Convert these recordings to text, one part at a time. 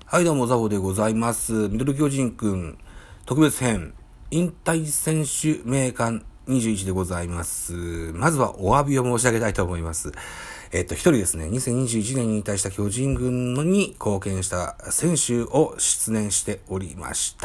はい、どうも、ザボでございます。ミドル巨人くん特別編、引退選手名鑑21でございます。まずはお詫びを申し上げたいと思います。一人ですね、2021年に引退した巨人軍に貢献した選手を出演しておりました。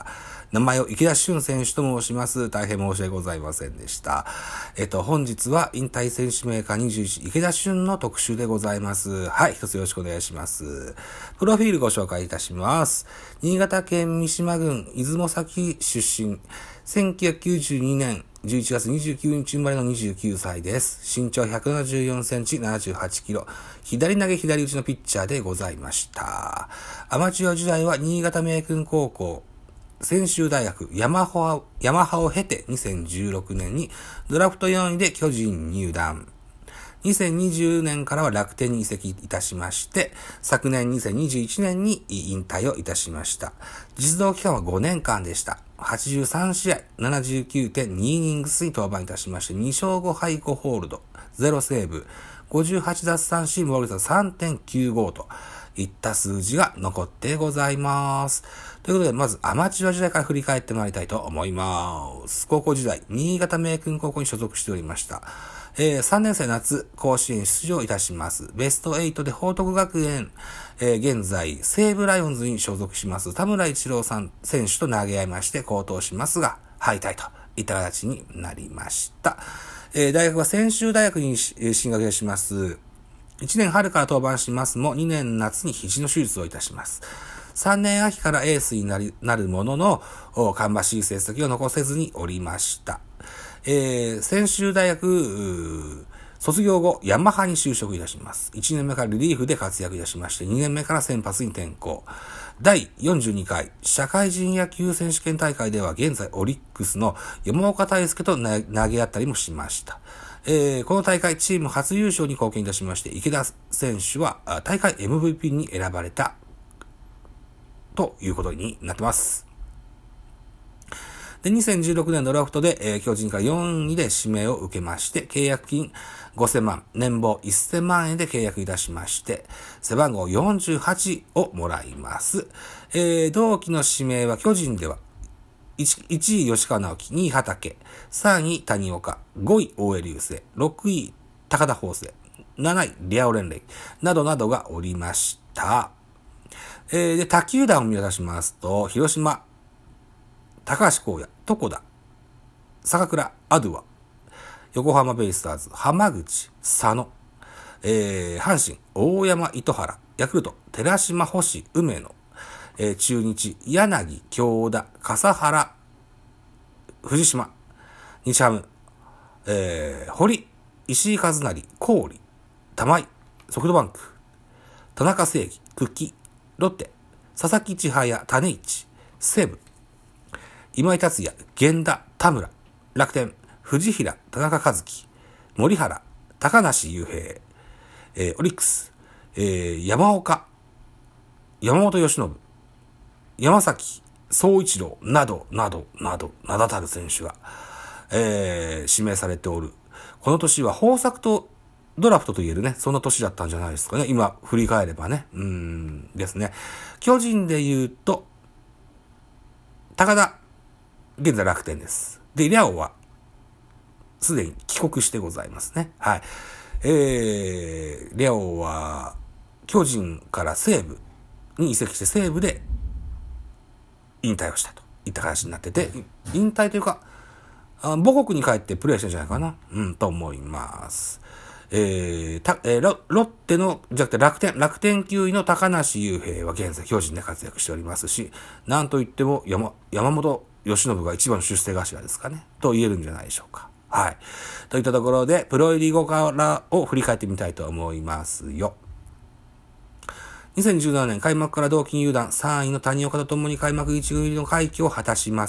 名前を池田俊選手と申します。大変申し訳ございませんでした。本日は引退選手名鑑21池田俊の特集でございます。はい、一つよろしくお願いします。プロフィールご紹介いたします。新潟県三島郡出雲崎出身。1992年11月29日生まれの29歳です。身長174センチ、78キロ。左投げ左打ちのピッチャーでございました。アマチュア時代は新潟明訓高校、専修大学、ヤマハを経て2016年にドラフト4位で巨人入団。2020年からは楽天に移籍いたしまして、昨年2021年に引退をいたしました。実動期間は5年間でした。83試合、79.2 イニングスに登板いたしまして、2勝5敗5ホールド、0セーブ、58奪三振、防御率 3.95 といった数字が残ってございます。ということで、まずアマチュア時代から振り返ってまいりたいと思います。高校時代、新潟明訓高校に所属しておりました。3年生夏、甲子園出場いたします。ベスト8で報徳学園、現在、西武ライオンズに所属します。田村一郎選手と投げ合いまして、好投しますが、敗退といった形になりました。大学は専修大学に進学します。1年春から登板しますも、2年夏に肘の手術をいたします。3年秋からエースになるものの、芳しい成績を残せずにおりました。専修大学、卒業後、ヤマハに就職いたします。1年目からリリーフで活躍いたしまして、2年目から先発に転向。第42回社会人野球選手権大会では現在オリックスの山岡大輔と投げ合ったりもしました。この大会チーム初優勝に貢献いたしまして、池田選手は大会 MVP に選ばれたということになってます。で、2016年ドラフトで、巨人から4位で指名を受けまして、契約金5000万、年俸1000万円で契約いたしまして、背番号48をもらいます。同期の指名は巨人では、1位吉川直樹、2位畠、3位谷岡、5位大江流星、6位高田法生、7位リアオレンレイ、などなどがおりました。で、他球団を見渡しますと、広島、高橋光也、床田、坂倉、アドゥア、横浜ベイスターズ、浜口、佐野、阪神、大山、糸原、ヤクルト、寺島、星、梅野、中日、柳、京田、笠原、藤島、日ハム、堀、石井和成、郡、玉井、ソフトバンク、田中正義、久喜、ロッテ、佐々木千早、種市、西武、今井達也、源田、田村、楽天、藤平、田中和樹、森原、高梨雄平、オリックス、山岡、山本由伸、山崎、総一郎、など、名だたる選手が、指名されておる。この年は豊作とドラフトと言えるね、そんな年だったんじゃないですかね。今、振り返ればね。ですね。巨人で言うと、高田、現在楽天です。で、リャオは、すでに帰国してございますね。はい。リャオは、巨人から西武に移籍して西武で引退をしたといった形になってて、引退というか、母国に帰ってプレーしてるんじゃないかな。と思います。ロッテの、じゃなくて楽天球威の高梨雄平は現在巨人で活躍しておりますし、なんといっても山本由伸が一番の出世頭ですかね。と言えるんじゃないでしょうか。はい。といったところで、プロ入り後からを振り返ってみたいと思いますよ。2017年開幕から同期入団3位の谷岡とともに開幕1軍入りの快挙を果たします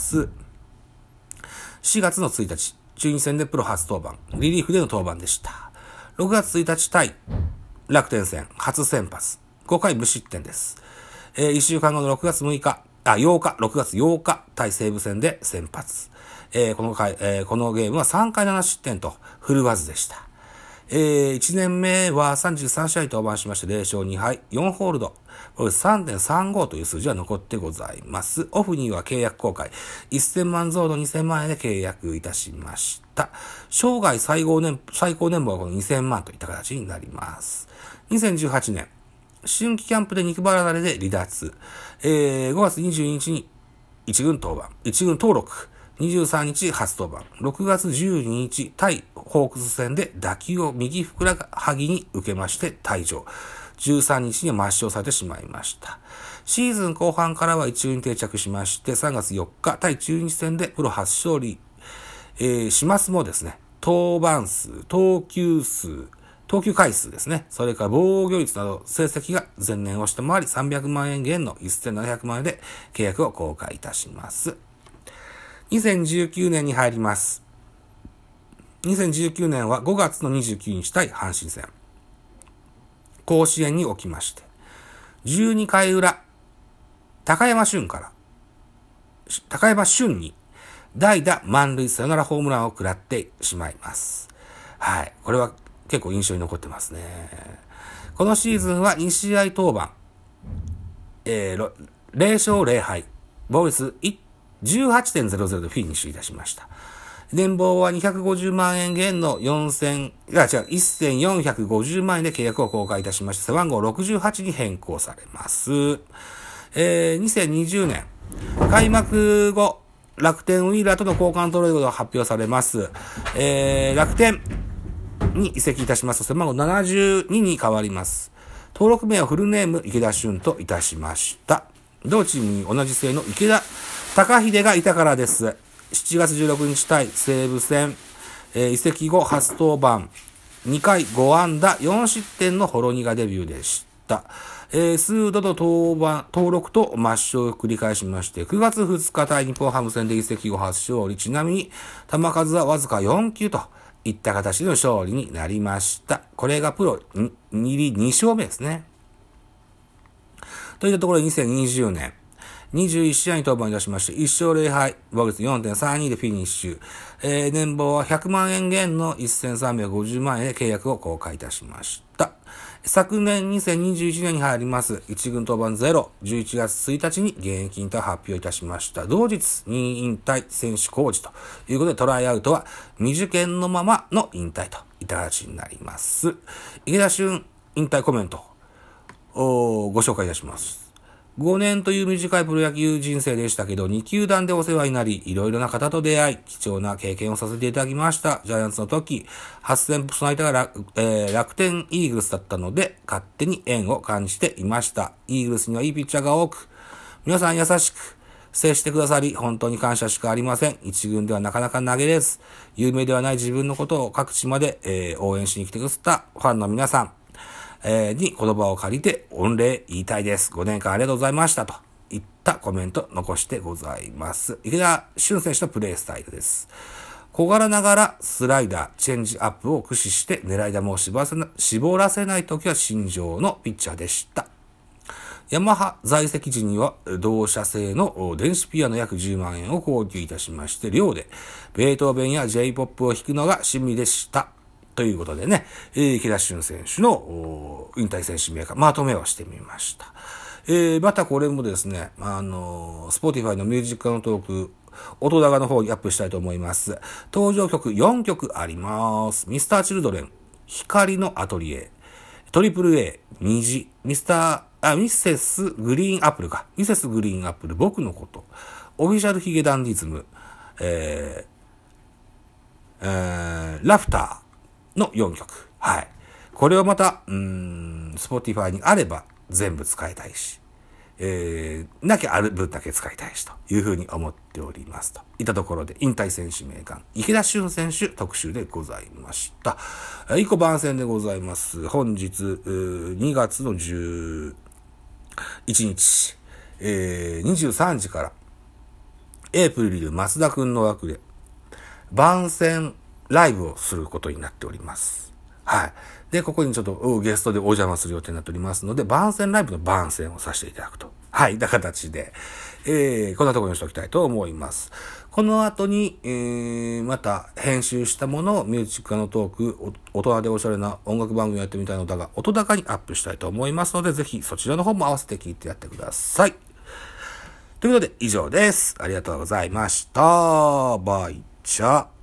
。4月の1日、中日戦でプロ初登板、リリーフでの登板でした。6月1日対楽天戦初先発、5回無失点です。1週間後の6月8日対西武戦で先発。このゲームは3回7失点と振るわずでした。 1年目は33試合登板しまして0勝2敗、4ホールド、3.35 という数字は残ってございます。オフには契約更改、1000万増の2000万円で契約いたしました。生涯最高年俸はこの2000万といった形になります。2018年、春季キャンプで肉離れで離脱。5月22日に1軍登録。23日初登板。6月12日対ホークス戦で打球を右ふくらはぎに受けまして退場。13日には抹消されてしまいました。シーズン後半からは一軍に定着しまして、3月4日対中日戦でプロ初勝利、しますもですね、登板数、投球回数ですね。それから防御率など成績が前年を下回り300万円減の1700万円で契約を更改いたします。2019年に入ります。2019年は5月の29日対阪神戦。甲子園におきまして、12回裏、高山俊に代打満塁サヨナラホームランを食らってしまいます。はい。これは結構印象に残ってますね。このシーズンは2試合登板、0勝0敗、防御率 18.00 でフィニッシュいたしました。年俸は250万円減の1450万円で契約を更改いたしまして、背番号68に変更されます。2020年、開幕後、楽天ウィーラーとの交換トレードが発表されます。楽天に移籍いたしますと、背番号72に変わります。登録名をフルネーム池田俊といたしました。同チームに同じ姓の池田高秀がいたからです。7月16日対西武戦、移籍後初登板、2回5安打4失点のホロニガデビューでした。数度の登録と抹消を繰り返しまして、9月2日対日本ハム戦で移籍後初勝利、ちなみに球数はわずか4球といった形の勝利になりました。これがプロ2勝目ですね。といったところで2020年、21試合に登板いたしまして、1勝0敗、防御率 4.32 でフィニッシュ。年俸は100万円減の1350万円で契約を更改いたしました。昨年2021年に入ります。1軍登板0、11月1日に現役引退を発表いたしました。同日、任意引退選手公示ということで、トライアウトは未受験のままの引退といった形になります。池田俊引退コメントをご紹介いたします。5年という短いプロ野球人生でしたけど、2球団でお世話になり、いろいろな方と出会い、貴重な経験をさせていただきました。ジャイアンツの時、8000歩の間が楽天イーグルスだったので、勝手に縁を感じていました。イーグルスにはいいピッチャーが多く、皆さん優しく接してくださり、本当に感謝しかありません。一軍ではなかなか投げれず、有名ではない自分のことを各地まで、応援しに来てくださったファンの皆さん、に言葉を借りて御礼言いたいです。5年間ありがとうございましたといったコメント残してございます。池田俊選手のプレースタイルです。小柄ながらスライダー、チェンジアップを駆使して狙い球を絞らせないときは心情のピッチャーでした。ヤマハ在籍時には同社製の電子ピアノ約10万円を購入いたしまして、寮でベートーベンや J-POP を弾くのが趣味でした。ということでね、池田俊選手の引退選手名鑑まとめをしてみました。またこれもですね、Spotify のミュージックのトーク、音高の方にアップしたいと思います。登場曲4曲あります。Mr.Children、光のアトリエ、AAA、虹、ミセスグリーンアップルか。ミセスグリーンアップル、僕のこと。オフィシャルヒゲダンディズム、ラフターの4曲。はい。これをまた、Spotify にあれば全部使いたいし、なきゃある分だけ使いたいしというふうに思っておりますといったところで、引退選手名鑑池田俊選手特集でございました。以降番宣でございます。本日2月の11日、23時からエイプリル松田くんの枠で番宣ライブをすることになっております。はい。で、ここにちょっとゲストでお邪魔する予定になっておりますので、番宣ライブの番宣をさせていただくと。はい。 はい、な形で、こんなところにしておきたいと思います。この後に、また編集したものをミュージックのトーク、大人でおしゃれな音楽番組をやってみたいのだが、音高にアップしたいと思いますので、ぜひそちらの方も合わせて聞いてやってください。ということで、以上です。ありがとうございました。バイチャ。